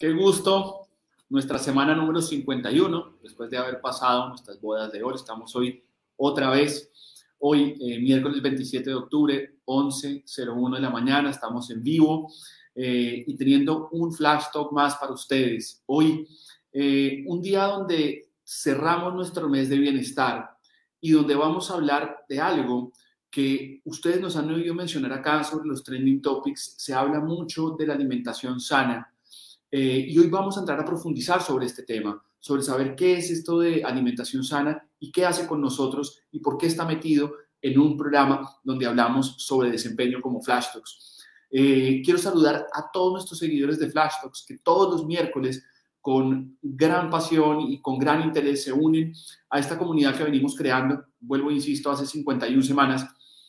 Qué gusto, nuestra semana número 51, después de haber pasado nuestras bodas de oro, estamos hoy otra vez, miércoles 27 de octubre, 11:01 de la mañana, estamos en vivo y teniendo un flash talk más para ustedes. Hoy, un día donde cerramos nuestro mes de bienestar y donde vamos a hablar de algo que ustedes nos han oído mencionar acá sobre los trending topics. Se habla mucho de la alimentación sana. Y hoy vamos a entrar a profundizar sobre este tema, sobre saber qué es esto de alimentación sana y qué hace con nosotros y por qué está metido en un programa donde hablamos sobre desempeño como Flash Talks. Quiero saludar a todos nuestros seguidores de Flash Talks que todos los miércoles con gran pasión y con gran interés se unen a esta comunidad que venimos creando, vuelvo e insisto, hace 51 semanas.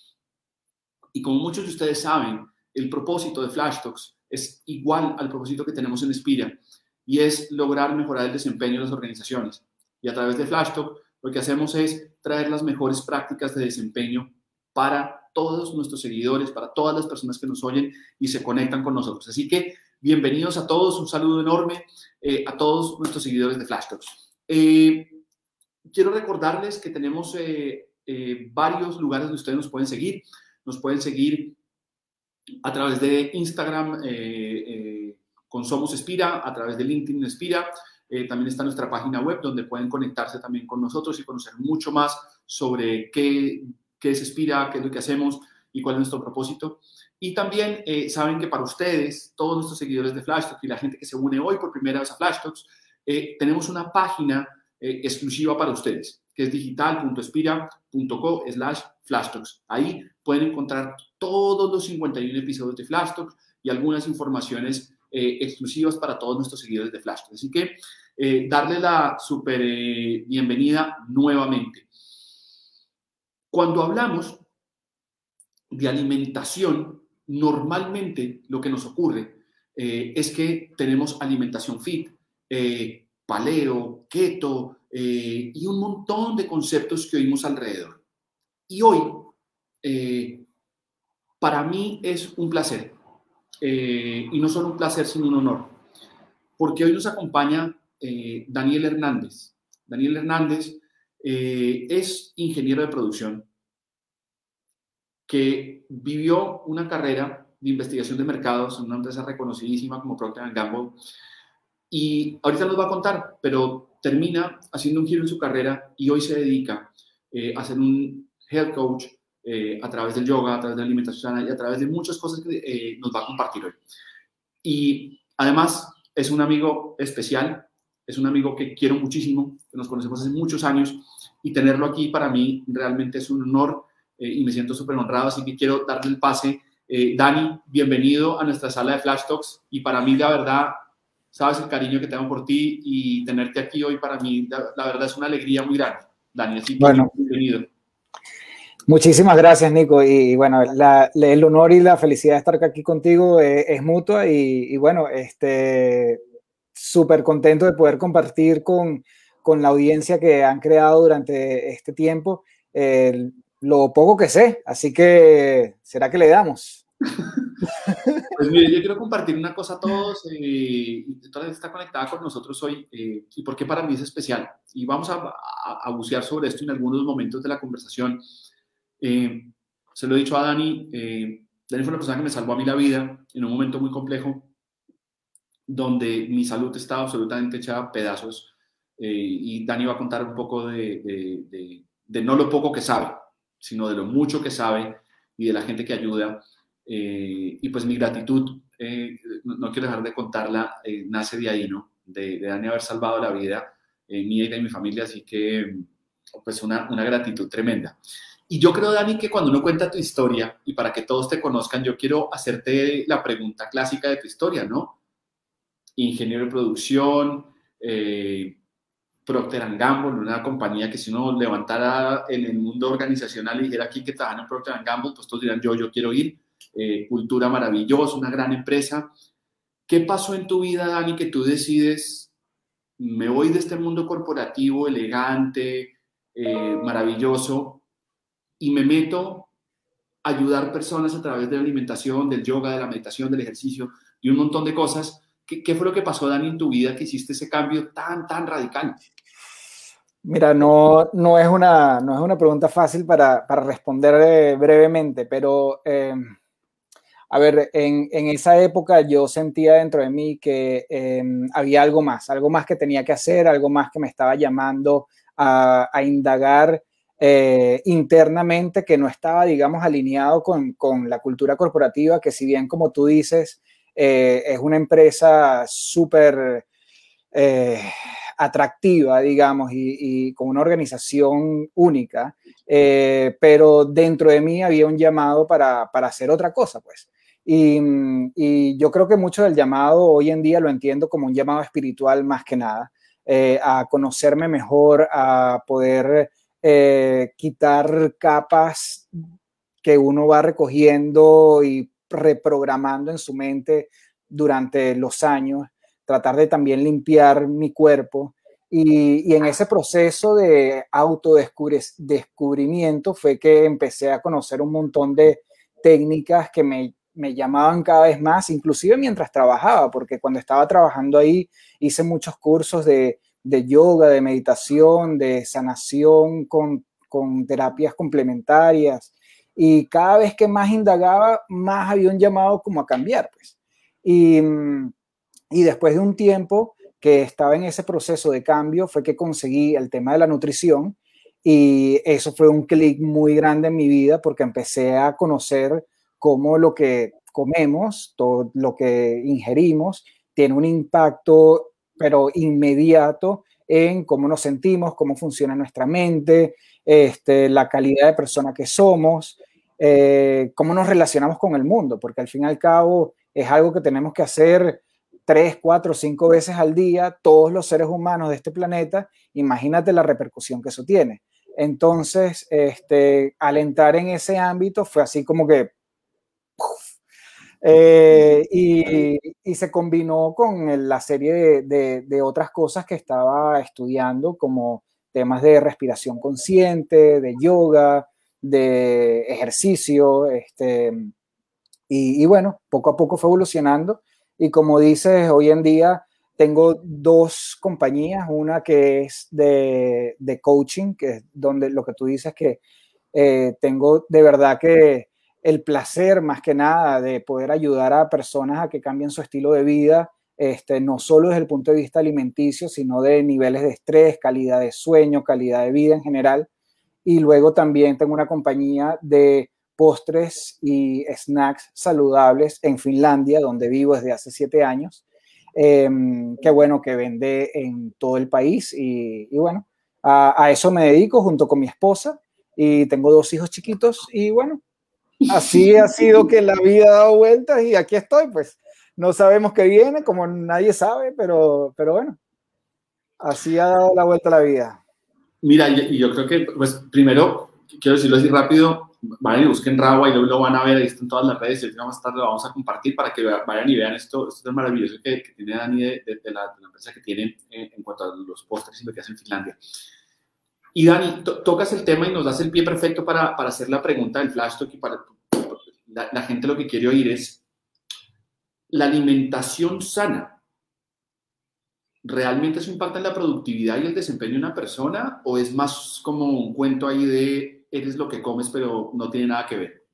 Y como muchos de ustedes saben, el propósito de Flash Talks es igual al propósito que tenemos en Espira, y es lograr mejorar el desempeño de las organizaciones. Y a través de Flash Talk lo que hacemos es traer las mejores prácticas de desempeño para todos nuestros seguidores, para todas las personas que nos oyen y se conectan con nosotros. Así que bienvenidos a todos, un saludo enorme a todos nuestros seguidores de Flash Talks. Quiero recordarles que tenemos varios lugares donde ustedes nos pueden seguir. Nos pueden seguir a través de Instagram con Somos Espira, a través de LinkedIn Espira. También está nuestra página web donde pueden conectarse también con nosotros y conocer mucho más sobre qué es Espira, qué es lo que hacemos y cuál es nuestro propósito. Y también saben que para ustedes, todos nuestros seguidores de Flash Talks y la gente que se une hoy por primera vez a Flash Talks, tenemos una página exclusiva para ustedes, que es digital.espira.co/Flash Talks. Ahí pueden encontrar todos los 51 episodios de Flash Talks y algunas informaciones exclusivas para todos nuestros seguidores de Flash Talks. Así que darle la súper bienvenida nuevamente. Cuando hablamos de alimentación, normalmente lo que nos ocurre es que tenemos alimentación fit, paleo, keto y un montón de conceptos que oímos alrededor. Y hoy, para mí es un placer, y no solo un placer, sino un honor, porque hoy nos acompaña Daniel Hernández. Daniel Hernández es ingeniero de producción que vivió una carrera de investigación de mercados en una empresa reconocidísima como Procter & Gamble. Y ahorita nos va a contar, pero termina haciendo un giro en su carrera y hoy se dedica a ser un health coach a través del yoga, a través de la alimentación sana y a través de muchas cosas que nos va a compartir hoy. Y además es un amigo especial, es un amigo que quiero muchísimo, que nos conocemos hace muchos años y tenerlo aquí para mí realmente es un honor y me siento súper honrado, así que quiero darle el pase. Dani, bienvenido a nuestra sala de Flash Talks y para mí la verdad, sabes el cariño que tengo por ti y tenerte aquí hoy para mí, la verdad es una alegría muy grande. Dani, así que bueno, bienvenido. Muchísimas gracias, Nico. Y bueno, el honor y la felicidad de estar aquí contigo es mutua y bueno, súper contento de poder compartir con la audiencia que han creado durante este tiempo lo poco que sé. Así que, ¿será que le damos? Pues mire, yo quiero compartir una cosa a todos y toda la gente está conectada con nosotros hoy y por qué para mí es especial. Y vamos a bucear sobre esto en algunos momentos de la conversación. Se lo he dicho a Dani, Dani fue una persona que me salvó a mí la vida en un momento muy complejo donde mi salud estaba absolutamente hecha a pedazos y Dani va a contar un poco de no lo poco que sabe, sino de lo mucho que sabe y de la gente que ayuda. Y pues mi gratitud, no quiero dejar de contarla, nace de ahí, ¿no? De Dani haber salvado la vida mía y de mi familia, así que pues una gratitud tremenda. Y yo creo, Dani, que cuando uno cuenta tu historia y para que todos te conozcan, yo quiero hacerte la pregunta clásica de tu historia, ¿no? Ingeniero de producción, Procter & Gamble, una compañía que si uno levantara en el mundo organizacional y dijera aquí que trabajan en Procter & Gamble, pues todos dirán yo quiero ir. Cultura maravillosa, una gran empresa. ¿Qué pasó en tu vida, Dani, que tú decides, me voy de este mundo corporativo, elegante, maravilloso, y me meto a ayudar personas a través de la alimentación, del yoga, de la meditación, del ejercicio y un montón de cosas ¿Qué fue lo que pasó, Dani, en tu vida que hiciste ese cambio tan radical? Mira, no es una pregunta fácil para responder brevemente, pero a ver, en esa época yo sentía dentro de mí que había algo más que tenía que hacer, algo más que me estaba llamando a indagar internamente, que no estaba, digamos, alineado con la cultura corporativa, que si bien, como tú dices, es una empresa súper eh, atractiva, digamos, y con una organización única, pero dentro de mí había un llamado para hacer otra cosa, pues. Y yo creo que mucho del llamado hoy en día lo entiendo como un llamado espiritual más que nada, a conocerme mejor, a poder quitar capas que uno va recogiendo y reprogramando en su mente durante los años, tratar de también limpiar mi cuerpo. Y en ese proceso de autodescubrimiento fue que empecé a conocer un montón de técnicas que me llamaban cada vez más, inclusive mientras trabajaba, porque cuando estaba trabajando ahí hice muchos cursos de yoga, de meditación, de sanación con terapias complementarias. Y cada vez que más indagaba, más había un llamado como a cambiar, pues. Y, y después de un tiempo que estaba en ese proceso de cambio, fue que conseguí el tema de la nutrición y eso fue un clic muy grande en mi vida porque empecé a conocer cómo lo que comemos, todo lo que ingerimos, tiene un impacto, pero inmediato, en cómo nos sentimos, cómo funciona nuestra mente, la calidad de persona que somos, cómo nos relacionamos con el mundo, porque al fin y al cabo es algo que tenemos que hacer 3, 4, 5 veces al día, todos los seres humanos de este planeta. Imagínate la repercusión que eso tiene. Entonces, al entrar en ese ámbito fue así como que y se combinó con la serie de otras cosas que estaba estudiando, como temas de respiración consciente, de yoga, de ejercicio, y bueno, poco a poco fue evolucionando. Y como dices, hoy en día tengo dos compañías, una que es de coaching, que es donde lo que tú dices que tengo de verdad que el placer más que nada de poder ayudar a personas a que cambien su estilo de vida, no solo desde el punto de vista alimenticio, sino de niveles de estrés, calidad de sueño, calidad de vida en general. Y luego también tengo una compañía de postres y snacks saludables en Finlandia, donde vivo desde hace 7 años, que bueno, que vende en todo el país y bueno, a eso me dedico junto con mi esposa y tengo 2 hijos chiquitos y bueno, así ha sido que la vida ha dado vueltas y aquí estoy, pues no sabemos qué viene, como nadie sabe, pero bueno, así ha dado la vuelta a la vida. Mira, y yo creo que, pues, primero, quiero decirlo así rápido, vayan y busquen Rawa y luego lo van a ver, ahí están todas las redes, y más tarde lo vamos a compartir para que vayan y vean esto es maravilloso que tiene Dani de la empresa que tiene en cuanto a los postres y lo que hace en Finlandia. Y Dani, tocas el tema y nos das el pie perfecto para hacer la pregunta del flash talk y para la gente lo que quiere oír es, ¿la alimentación sana realmente eso impacta en la productividad y el desempeño de una persona o es más como un cuento ahí de eres lo que comes pero no tiene nada que ver?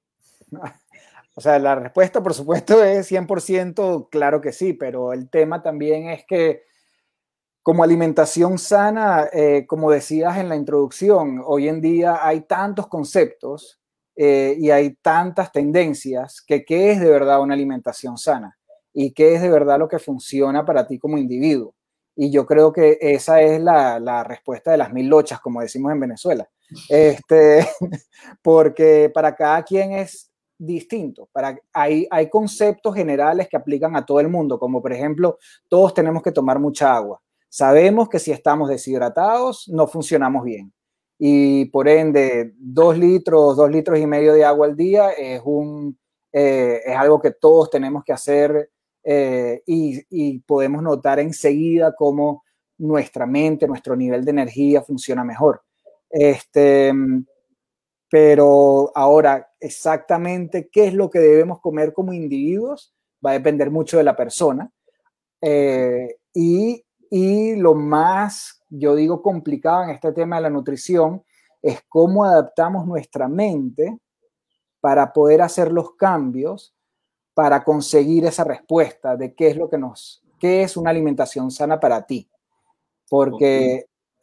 O sea, la respuesta, por supuesto, es 100% claro que sí, pero el tema también es que como alimentación sana, como decías en la introducción, hoy en día hay tantos conceptos y hay tantas tendencias que qué es de verdad una alimentación sana y qué es de verdad lo que funciona para ti como individuo. Y yo creo que esa es la respuesta de las 1000 lochas, como decimos en Venezuela. Este, porque para cada quien es distinto. Hay conceptos generales que aplican a todo el mundo, como por ejemplo, todos tenemos que tomar mucha agua. Sabemos que si estamos deshidratados no funcionamos bien y por ende 2 litros, 2,5 litros de agua al día es algo que todos tenemos que hacer y podemos notar enseguida cómo nuestra mente, nuestro nivel de energía funciona mejor. Este, pero ahora exactamente qué es lo que debemos comer como individuos va a depender mucho de la persona. Y lo más, yo digo, complicado en este tema de la nutrición es cómo adaptamos nuestra mente para poder hacer los cambios para conseguir esa respuesta de qué es una alimentación sana para ti. Porque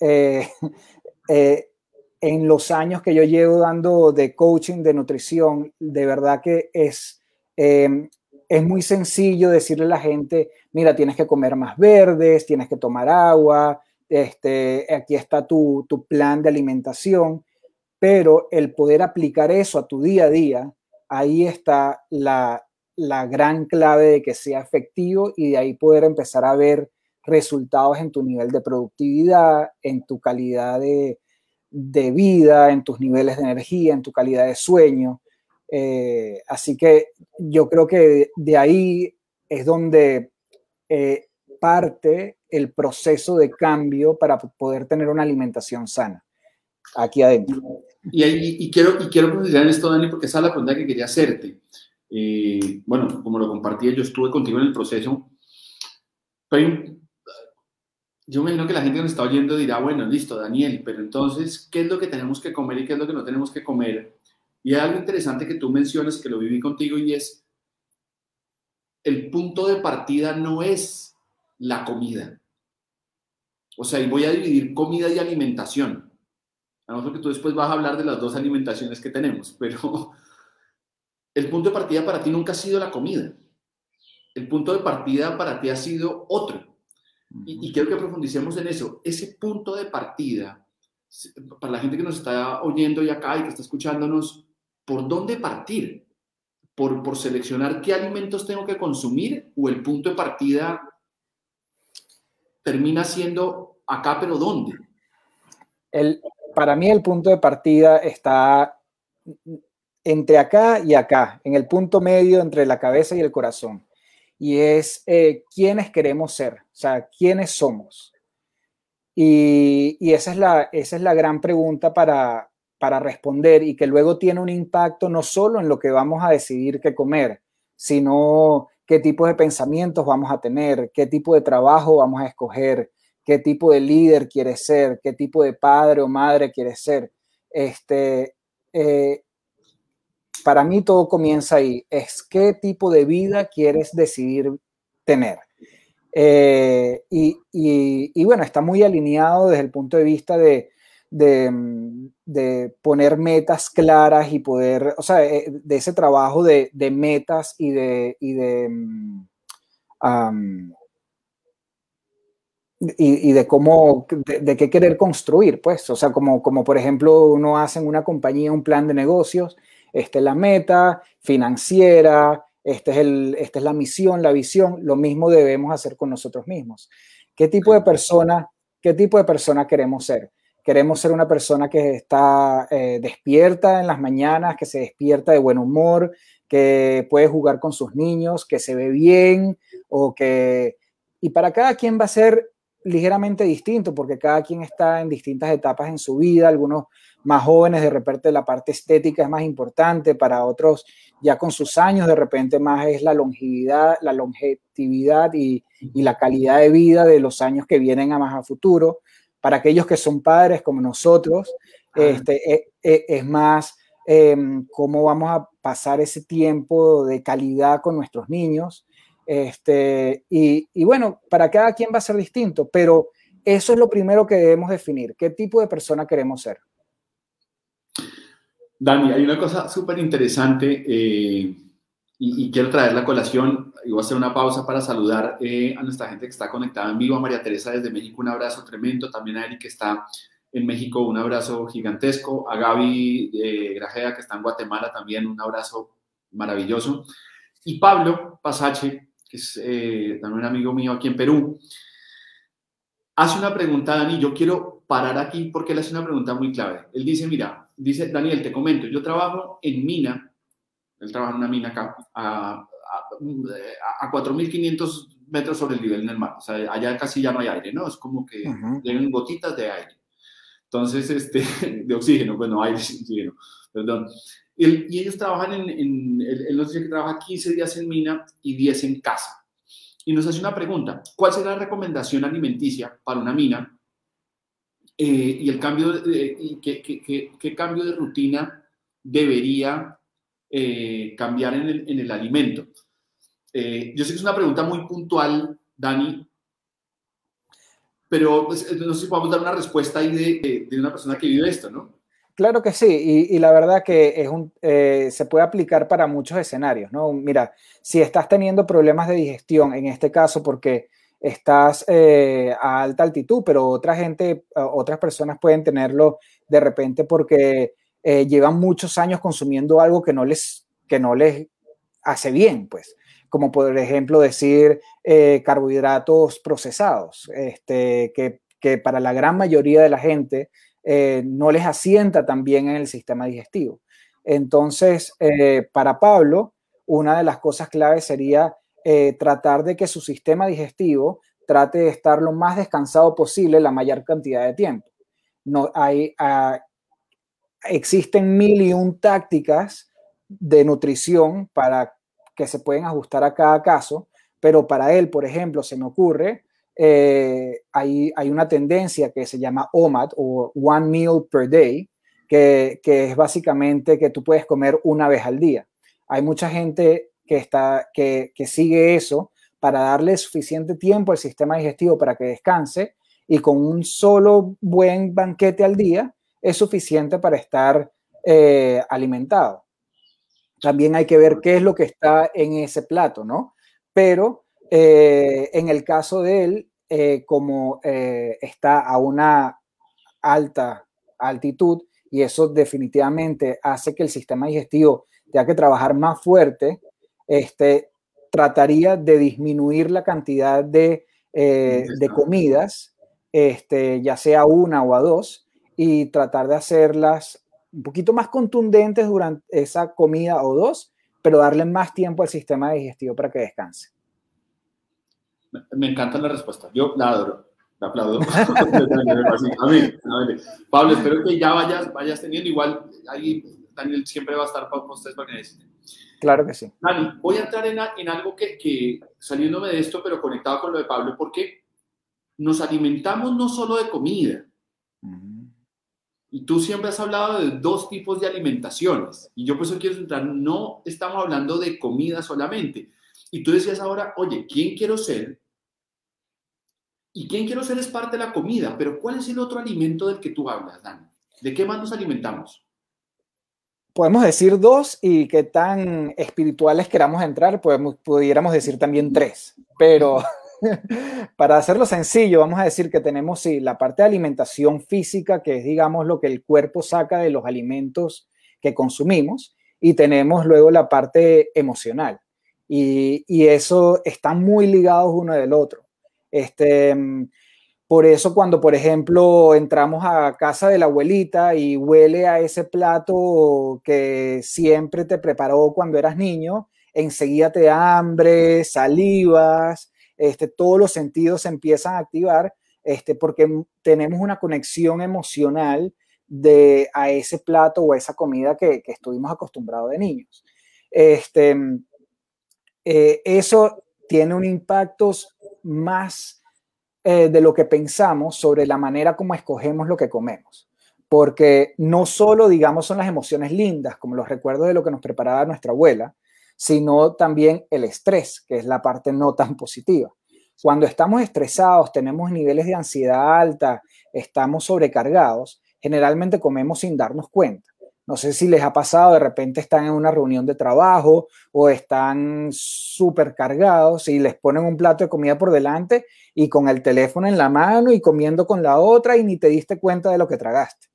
en los años que yo llevo dando de coaching de nutrición, de verdad que es muy sencillo decirle a la gente, mira, tienes que comer más verdes, tienes que tomar agua, aquí está tu plan de alimentación, pero el poder aplicar eso a tu día a día, ahí está la gran clave de que sea efectivo y de ahí poder empezar a ver resultados en tu nivel de productividad, en tu calidad de vida, en tus niveles de energía, en tu calidad de sueño. Así que yo creo que de ahí es donde parte el proceso de cambio para poder tener una alimentación sana aquí adentro. Y quiero profundizar en esto, Dani, porque esa es la pregunta que quería hacerte. Bueno, como lo compartí, yo estuve contigo en el proceso, pero yo me imagino que la gente que nos está oyendo dirá, bueno, listo, Daniel, pero entonces, ¿qué es lo que tenemos que comer y qué es lo que no tenemos que comer? Y hay algo interesante que tú mencionas, que lo viví contigo, y es, el punto de partida no es la comida. O sea, y voy a dividir comida y alimentación. A lo mejor que tú después vas a hablar de las dos alimentaciones que tenemos, pero el punto de partida para ti nunca ha sido la comida. El punto de partida para ti ha sido otro. Y quiero que profundicemos en eso. Ese punto de partida, para la gente que nos está oyendo y acá y que está escuchándonos, ¿por dónde partir? ¿Por seleccionar qué alimentos tengo que consumir? ¿O el punto de partida termina siendo acá, pero dónde? Para mí el punto de partida está entre acá y acá, en el punto medio entre la cabeza y el corazón. Y es quiénes queremos ser, o sea, quiénes somos. Y esa es la gran pregunta para responder y que luego tiene un impacto no solo en lo que vamos a decidir qué comer, sino qué tipo de pensamientos vamos a tener, qué tipo de trabajo vamos a escoger, qué tipo de líder quieres ser, qué tipo de padre o madre quieres ser. Para mí todo comienza ahí, es qué tipo de vida quieres decidir tener. Y bueno, está muy alineado desde el punto de vista de poner metas claras y poder, o sea, de ese trabajo de metas y de cómo, de qué querer construir, pues, o sea, como por ejemplo uno hace en una compañía un plan de negocios, esta es la meta financiera, esta es la misión, la visión, lo mismo debemos hacer con nosotros mismos. ¿Qué tipo de persona queremos ser? Queremos ser una persona que está despierta en las mañanas, que se despierta de buen humor, que puede jugar con sus niños, que se ve bien, y para cada quien va a ser ligeramente distinto, porque cada quien está en distintas etapas en su vida, algunos más jóvenes de repente la parte estética es más importante, para otros ya con sus años de repente más es la longevidad y la calidad de vida de los años que vienen a más a futuro. Para aquellos que son padres como nosotros, es más cómo vamos a pasar ese tiempo de calidad con nuestros niños. Y bueno, para cada quien va a ser distinto, pero eso es lo primero que debemos definir, qué tipo de persona queremos ser. Dani, hay una cosa súper interesante y quiero traerla a colación y voy a hacer una pausa para saludar a nuestra gente que está conectada en vivo, a María Teresa desde México, un abrazo tremendo, también a Eric que está en México, un abrazo gigantesco, a Gaby Grajea que está en Guatemala también, un abrazo maravilloso, y Pablo Pasache, que es también un amigo mío aquí en Perú, hace una pregunta, Dani, yo quiero parar aquí porque él hace una pregunta muy clave. Él dice, mira, dice, Daniel, te comento, yo trabajo en mina, él trabaja en una mina acá, a 4.500 metros sobre el nivel del mar, o sea, allá casi ya no hay aire, ¿no? Es como que llegan gotitas de aire. Entonces, de oxígeno, pues no aire, oxígeno, perdón. Y ellos trabajan él nos dice que trabaja 15 días en mina y 10 en casa. y nos hace una pregunta: ¿cuál será la recomendación alimenticia para una mina? Y el cambio ¿qué cambio de rutina debería cambiar en el alimento? Yo sé que es una pregunta muy puntual, Dani, pero pues, no sé si podemos dar una respuesta ahí de una persona que vive esto, ¿no? Claro que sí, y la verdad que se puede aplicar para muchos escenarios, ¿no? Mira, si estás teniendo problemas de digestión, en este caso porque estás a alta altitud, pero otras personas pueden tenerlo de repente porque llevan muchos años consumiendo algo que no les hace bien, pues, como por ejemplo decir carbohidratos procesados, que para la gran mayoría de la gente no les asienta tan bien en el sistema digestivo. Entonces, para Pablo, una de las cosas claves sería tratar de que su sistema digestivo trate de estar lo más descansado posible la mayor cantidad de tiempo. No, existen mil y un tácticas de nutrición para que se pueden ajustar a cada caso, pero para él, por ejemplo, se me ocurre, hay una tendencia que se llama OMAD o One Meal Per Day, que es básicamente que tú puedes comer una vez al día. Hay mucha gente que sigue eso para darle suficiente tiempo al sistema digestivo para que descanse, y con un solo buen banquete al día es suficiente para estar alimentado. También hay que ver qué es lo que está en ese plato, ¿no? Pero en el caso de él, como está a una alta altitud, y eso definitivamente hace que el sistema digestivo tenga que trabajar más fuerte, trataría de disminuir la cantidad de comidas, ya sea una o a dos, y tratar de hacerlas un poquito más contundentes durante esa comida o dos, pero darle más tiempo al sistema digestivo para que descanse. Me encanta la respuesta. Yo la adoro. La aplaudo. A mí. Pablo, espero que ya vayas teniendo. Igual, ahí Daniel siempre va a estar para ustedes para que necesiten. Claro que sí. Dani, voy a entrar en algo que saliéndome de esto, pero conectado con lo de Pablo, porque nos alimentamos no solo de comida. Y tú siempre has hablado de dos tipos de alimentaciones. Y yo por eso quiero entrar, no estamos hablando de comida solamente. Y tú decías ahora, oye, ¿quién quiero ser? Y quién quiero ser es parte de la comida, pero ¿cuál es el otro alimento del que tú hablas, Dani? ¿De qué más nos alimentamos? Podemos decir dos, y qué tan espirituales queramos entrar, pudiéramos decir también tres, pero para hacerlo sencillo, vamos a decir que tenemos, sí, la parte de alimentación física, que es, digamos, lo que el cuerpo saca de los alimentos que consumimos, y tenemos luego la parte emocional, y eso están muy ligados uno del otro. Por eso cuando, por ejemplo, entramos a casa de la abuelita y huele a ese plato que siempre te preparó cuando eras niño, enseguida te da hambre, salivas, todos los sentidos se empiezan a activar, porque tenemos una conexión emocional a ese plato o a esa comida que estuvimos acostumbrados de niños. Eso tiene un impacto más de lo que pensamos sobre la manera como escogemos lo que comemos. Porque no solo, digamos, son las emociones lindas, como los recuerdos de lo que nos preparaba nuestra abuela, sino también el estrés, que es la parte no tan positiva. Cuando estamos estresados, tenemos niveles de ansiedad alta, estamos sobrecargados, generalmente comemos sin darnos cuenta. No sé si les ha pasado, de repente están en una reunión de trabajo o están súper cargados y les ponen un plato de comida por delante y con el teléfono en la mano y comiendo con la otra y ni te diste cuenta de lo que tragaste.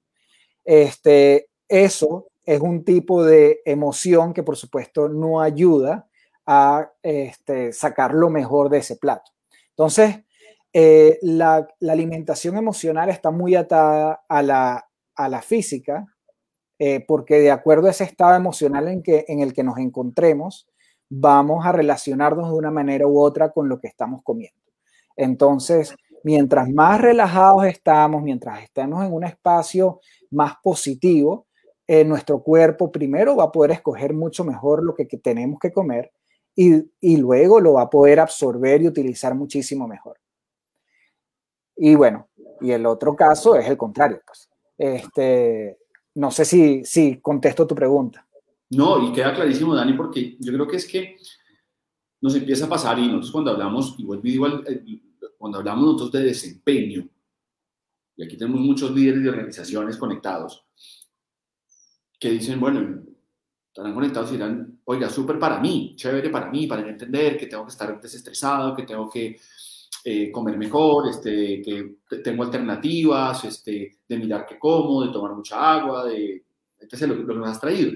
Eso es un tipo de emoción que por supuesto no ayuda a sacar lo mejor de ese plato. Entonces, la alimentación emocional está muy atada a la física, porque de acuerdo a ese estado emocional en el que nos encontremos, vamos a relacionarnos de una manera u otra con lo que estamos comiendo. Entonces, mientras más relajados estamos, mientras estemos en un espacio más positivo, nuestro cuerpo primero va a poder escoger mucho mejor lo que tenemos que comer, y luego lo va a poder absorber y utilizar muchísimo mejor. Y bueno, y el otro caso es el contrario, pues. No sé si contesto tu pregunta. No, y queda clarísimo, Dani, porque yo creo que es que nos empieza a pasar, y nosotros cuando hablamos, cuando hablamos nosotros de desempeño, y aquí tenemos muchos líderes de organizaciones conectados, que dicen, bueno, estarán conectados y dirán, oiga, súper para mí, chévere para mí, para entender que tengo que estar desestresado, que tengo que comer mejor, que tengo alternativas, de mirar qué como, de tomar mucha agua, etc., lo que nos has traído.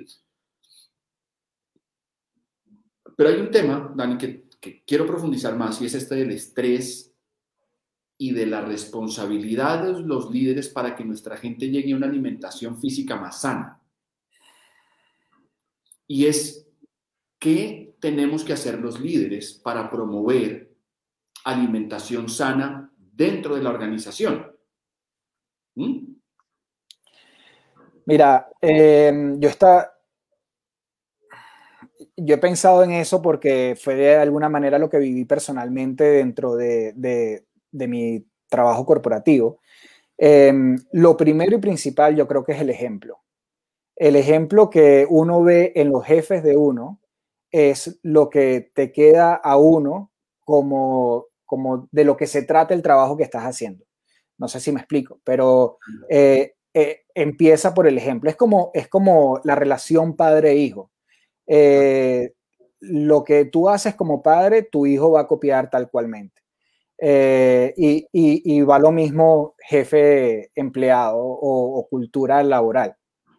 Pero hay un tema, Dani, que quiero profundizar más, y es este del estrés y de la responsabilidad de los líderes para que nuestra gente llegue a una alimentación física más sana. Y es, ¿qué tenemos que hacer los líderes para promover alimentación sana dentro de la organización? Mira, yo he pensado en eso porque fue de alguna manera lo que viví personalmente dentro de mi trabajo corporativo. Lo primero y principal yo creo que es el ejemplo. El ejemplo que uno ve en los jefes de uno es lo que te queda a uno como de lo que se trata el trabajo que estás haciendo. No sé si me explico, pero empieza por el ejemplo. Es como la relación padre-hijo. Lo que tú haces como padre, tu hijo va a copiar tal cualmente. Y va lo mismo jefe-empleado o cultura laboral.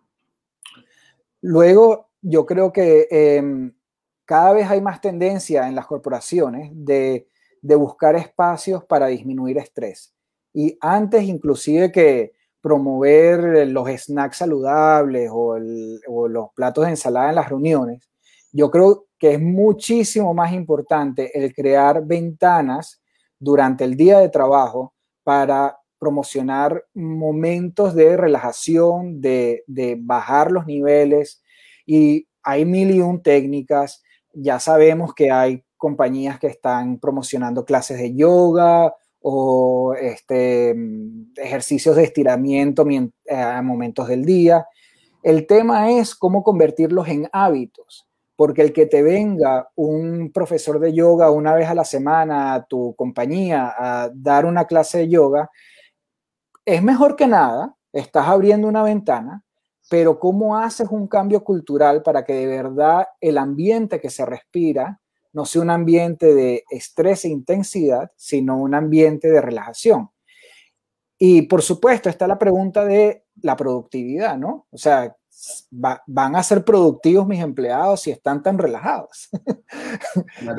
Luego, yo creo que cada vez hay más tendencia en las corporaciones de buscar espacios para disminuir estrés. Y antes inclusive que promover los snacks saludables o los platos de ensalada en las reuniones, yo creo que es muchísimo más importante el crear ventanas durante el día de trabajo para promocionar momentos de relajación, de bajar los niveles, y hay mil y un técnicas. Ya sabemos que hay compañías que están promocionando clases de yoga o ejercicios de estiramiento a momentos del día. El tema es cómo convertirlos en hábitos, porque el que te venga un profesor de yoga una vez a la semana a tu compañía a dar una clase de yoga, es mejor que nada, estás abriendo una ventana, pero ¿cómo haces un cambio cultural para que de verdad el ambiente que se respira no sea un ambiente de estrés e intensidad, sino un ambiente de relajación? Y por supuesto está la pregunta de la productividad, ¿no? O sea, ¿van a ser productivos mis empleados si están tan relajados? Claro.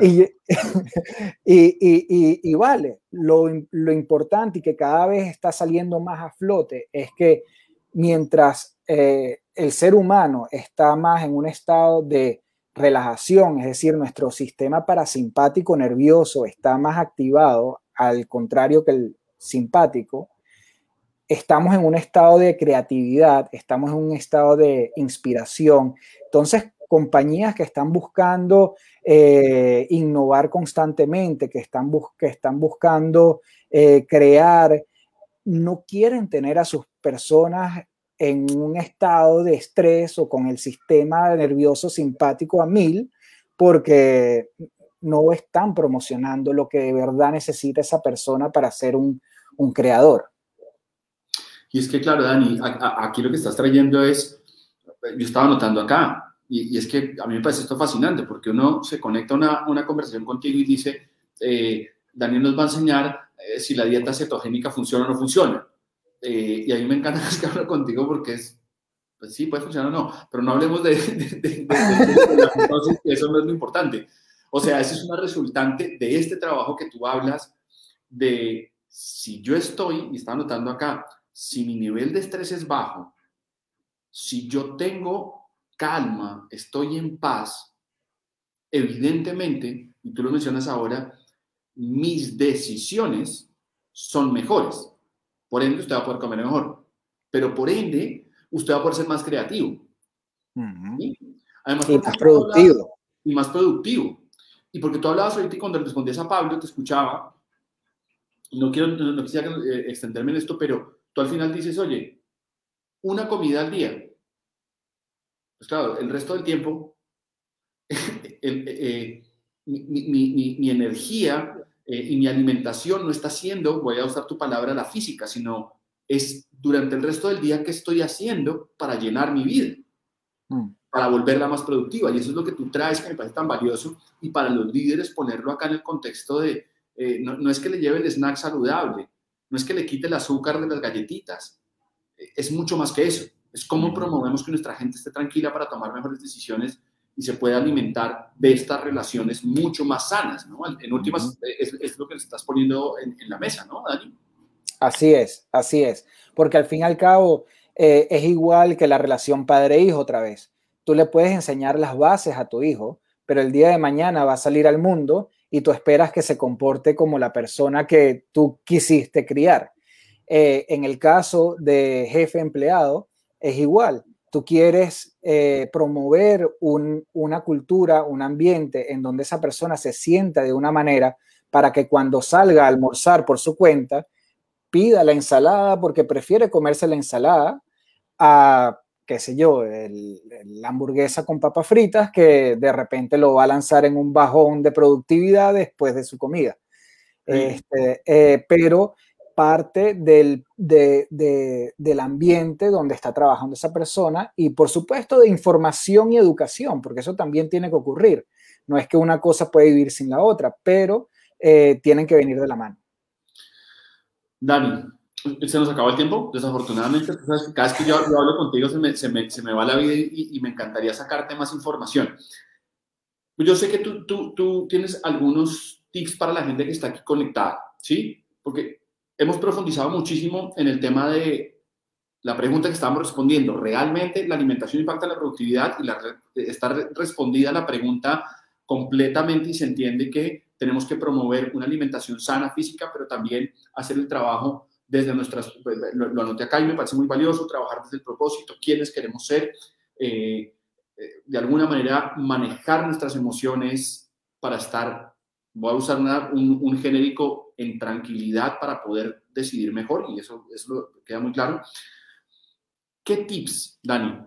Y vale, lo importante y que cada vez está saliendo más a flote es que mientras el ser humano está más en un estado de relajación, es decir, nuestro sistema parasimpático nervioso está más activado, al contrario que el simpático, estamos en un estado de creatividad, estamos en un estado de inspiración. Entonces, compañías que están buscando innovar constantemente, que están buscando crear, no quieren tener a sus personas en un estado de estrés o con el sistema nervioso simpático a 1000, porque no están promocionando lo que de verdad necesita esa persona para ser un creador. Y es que, claro, Dani, aquí lo que estás trayendo es, yo estaba notando acá, y es que a mí me parece esto fascinante, porque uno se conecta a una conversación contigo y dice, Daniel nos va a enseñar si la dieta cetogénica funciona o no funciona. Y a mí me encanta que hablo contigo porque pues sí, puede funcionar o no, pero no hablemos de la entonces, eso no es lo importante. O sea, eso es una resultante de este trabajo que tú hablas, de si yo estoy, y estaba notando acá, si mi nivel de estrés es bajo, si yo tengo calma, estoy en paz, evidentemente, y tú lo mencionas ahora, mis decisiones son mejores. Por ende, usted va a poder comer mejor. Pero por ende, usted va a poder ser más creativo. ¿Sí? Además, Y más productivo. Y más productivo. Y porque tú hablabas ahorita y cuando respondías a Pablo, te escuchaba, no quisiera extenderme en esto, pero tú al final dices, oye, una comida al día. Pues claro, el resto del tiempo, mi energía y mi alimentación no está siendo, voy a usar tu palabra, la física, sino es durante el resto del día qué estoy haciendo para llenar mi vida, para volverla más productiva. Y eso es lo que tú traes, que me parece tan valioso. Y para los líderes ponerlo acá en el contexto de, no es que le lleve el snack saludable, no es que le quite el azúcar de las galletitas, es mucho más que eso. Es cómo promovemos que nuestra gente esté tranquila para tomar mejores decisiones y se pueda alimentar de estas relaciones mucho más sanas, ¿no? En últimas, es lo que estás poniendo en la mesa, ¿no, Dani? Así es, porque al fin y al cabo es igual que la relación padre-hijo otra vez. Tú le puedes enseñar las bases a tu hijo, pero el día de mañana va a salir al mundo y tú esperas que se comporte como la persona que tú quisiste criar. En el caso de jefe empleado, es igual. Tú quieres promover una cultura, un ambiente en donde esa persona se sienta de una manera para que cuando salga a almorzar por su cuenta, pida la ensalada porque prefiere comerse la ensalada a, qué sé yo, la hamburguesa con papas fritas que de repente lo va a lanzar en un bajón de productividad después de su comida. Sí. Pero parte del ambiente donde está trabajando esa persona y por supuesto de información y educación, porque eso también tiene que ocurrir. No es que una cosa puede vivir sin la otra, pero tienen que venir de la mano. Dani, se nos acabó el tiempo, desafortunadamente. Tú sabes que cada vez que yo hablo contigo se me va la vida y me encantaría sacarte más información. Yo sé que tú tienes algunos tips para la gente que está aquí conectada, ¿sí? Porque hemos profundizado muchísimo en el tema de la pregunta que estábamos respondiendo. ¿Realmente la alimentación impacta en la productividad? Y está respondida la pregunta completamente y se entiende que tenemos que promover una alimentación sana física, pero también hacer el trabajo desde nuestras, lo anoté acá y me parece muy valioso, trabajar desde el propósito, quiénes queremos ser, de alguna manera manejar nuestras emociones para estar, voy a usar un genérico, en tranquilidad para poder decidir mejor, y eso queda muy claro. ¿Qué tips, Dani,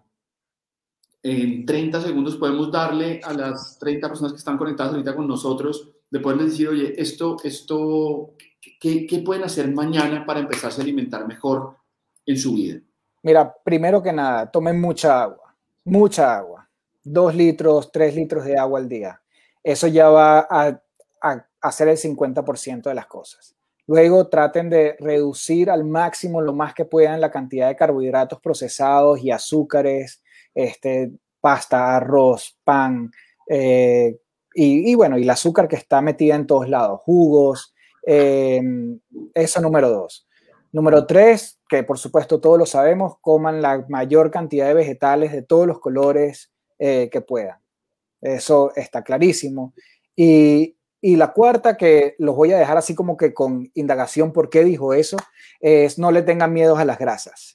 en 30 segundos podemos darle a las 30 personas que están conectadas ahorita con nosotros, de poderles decir, oye, ¿qué pueden hacer mañana para empezarse a alimentar mejor en su vida? Mira, primero que nada, tomen mucha agua, 2 litros, 3 litros de agua al día. Eso ya va a hacer el 50% de las cosas. Luego traten de reducir al máximo lo más que puedan la cantidad de carbohidratos procesados y azúcares, pasta, arroz, pan, y bueno, y el azúcar que está metida en todos lados, jugos, eso número 2. Número 3, que por supuesto todos lo sabemos, coman la mayor cantidad de vegetales de todos los colores que puedan. Eso está clarísimo. Y la cuarta, que los voy a dejar así como que con indagación por qué dijo eso, es no le tengan miedo a las grasas.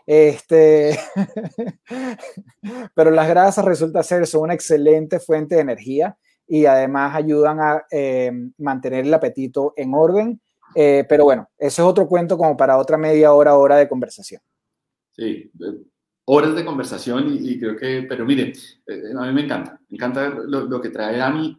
Pero las grasas resulta ser son una excelente fuente de energía y además ayudan a mantener el apetito en orden. Pero bueno, eso es otro cuento como para otra media hora de conversación. Sí, horas de conversación y creo que, pero mire, a mí me encanta lo que trae Dani,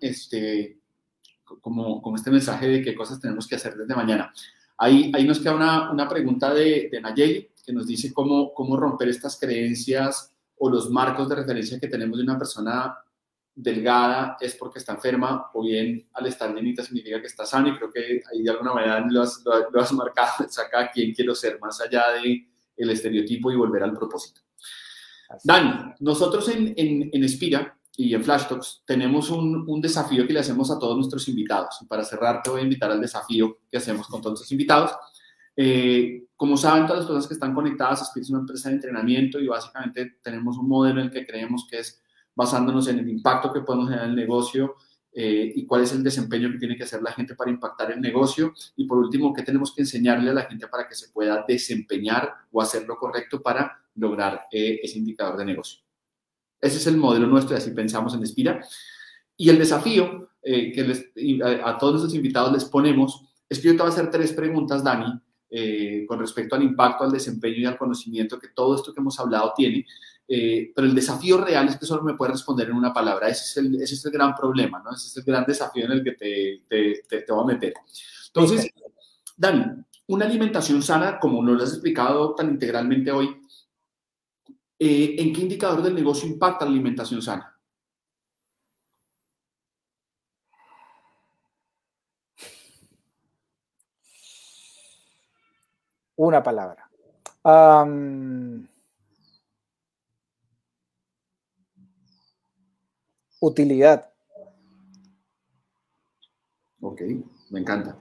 como este mensaje de qué cosas tenemos que hacer desde mañana. Ahí nos queda una pregunta de Nayeli, que nos dice cómo romper estas creencias o los marcos de referencia que tenemos de una persona delgada es porque está enferma, o bien al estar llenita significa que está sana, y creo que ahí de alguna manera lo has marcado, saca quién quiero ser, más allá del estereotipo y volver al propósito. Dani, nosotros en Espira y en Flash Talks tenemos un desafío que le hacemos a todos nuestros invitados. Para cerrar, te voy a invitar al desafío que hacemos con todos nuestros invitados. Como saben, todas las personas que están conectadas, Espira es una empresa de entrenamiento y básicamente tenemos un modelo en el que creemos que es basándonos en el impacto que podemos generar en el negocio y cuál es el desempeño que tiene que hacer la gente para impactar el negocio. Y por último, qué tenemos que enseñarle a la gente para que se pueda desempeñar o hacer lo correcto para lograr ese indicador de negocio. Ese es el modelo nuestro y así pensamos en Espira. Y el desafío a todos nuestros invitados les ponemos es que yo te voy a hacer 3 preguntas, Dani, con respecto al impacto, al desempeño y al conocimiento que todo esto que hemos hablado tiene. Pero el desafío real es que solo me puedes responder en una palabra. Ese es el gran problema, ¿no? Ese es el gran desafío en el que te voy a meter. Entonces, Dani, una alimentación sana, como nos lo has explicado tan integralmente hoy, ¿en qué indicador del negocio impacta la alimentación sana? Una palabra. Utilidad. Ok, me encanta.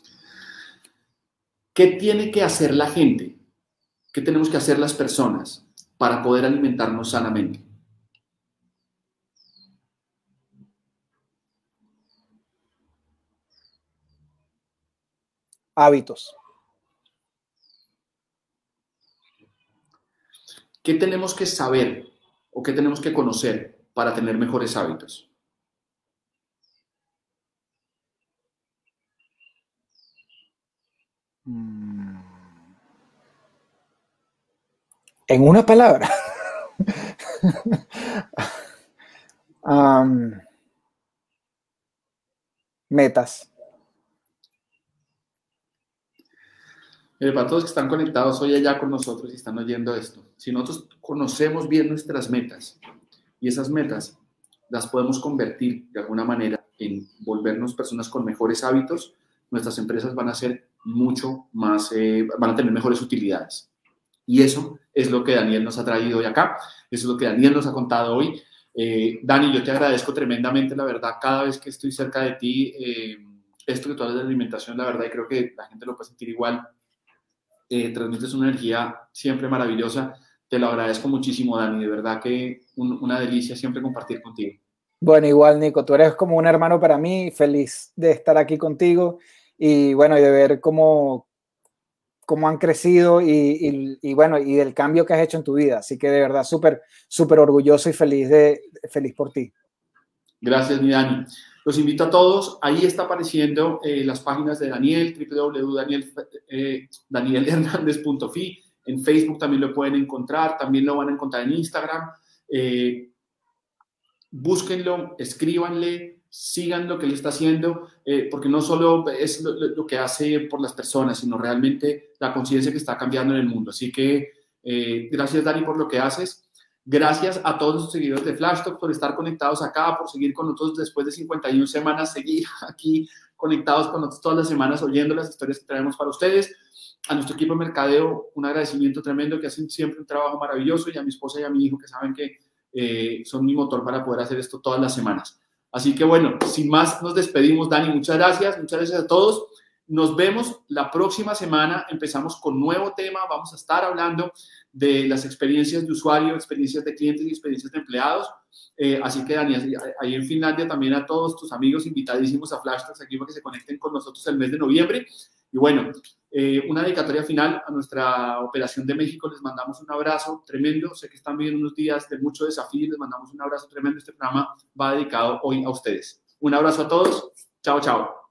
¿Qué tiene que hacer la gente? ¿Qué tenemos que hacer las personas para poder alimentarnos sanamente? Hábitos. ¿Qué tenemos que saber o qué tenemos que conocer para tener mejores hábitos? En una palabra. Metas. Para todos que están conectados hoy allá con nosotros y están oyendo esto, si nosotros conocemos bien nuestras metas y esas metas las podemos convertir de alguna manera en volvernos personas con mejores hábitos, nuestras empresas van a ser mucho más, van a tener mejores utilidades. Y eso es lo que Daniel nos ha traído hoy acá, eso es lo que Daniel nos ha contado hoy. Dani, yo te agradezco tremendamente, la verdad, cada vez que estoy cerca de ti, esto que tú hablas de alimentación, la verdad, y creo que la gente lo puede sentir igual, transmites una energía siempre maravillosa. Te lo agradezco muchísimo, Dani, de verdad que una delicia siempre compartir contigo. Bueno, igual, Nico, tú eres como un hermano para mí, feliz de estar aquí contigo y bueno, y de ver cómo han crecido y bueno, y del cambio que has hecho en tu vida. Así que de verdad, súper orgulloso y feliz por ti. Gracias, mi Dani. Los invito a todos. Ahí está apareciendo las páginas de Daniel, www.danielhernandez.fi. En Facebook también lo pueden encontrar. También lo van a encontrar en Instagram. Búsquenlo, escríbanle, sigan lo que él está haciendo, porque no solo es lo que hace por las personas, sino realmente la conciencia que está cambiando en el mundo. Así que gracias, Dani, por lo que haces. Gracias a todos los seguidores de Flash Talk por estar conectados acá, por seguir con nosotros después de 51 semanas, seguir aquí conectados con nosotros todas las semanas, oyendo las historias que traemos para ustedes. A nuestro equipo de mercadeo, un agradecimiento tremendo, que hacen siempre un trabajo maravilloso, y a mi esposa y a mi hijo, que saben que son mi motor para poder hacer esto todas las semanas. Así que bueno, sin más nos despedimos, Dani, muchas gracias a todos. Nos vemos la próxima semana, empezamos con nuevo tema, vamos a estar hablando de las experiencias de usuario, experiencias de clientes y experiencias de empleados. Así que, Dani, ahí en Finlandia también a todos tus amigos invitadísimos a Flash Talks aquí para que se conecten con nosotros el mes de noviembre. Y bueno, una dedicatoria final a nuestra operación de México. Les mandamos un abrazo tremendo. Sé que están viviendo unos días de mucho desafío. Les mandamos un abrazo tremendo. Este programa va dedicado hoy a ustedes. Un abrazo a todos. Chao, chao.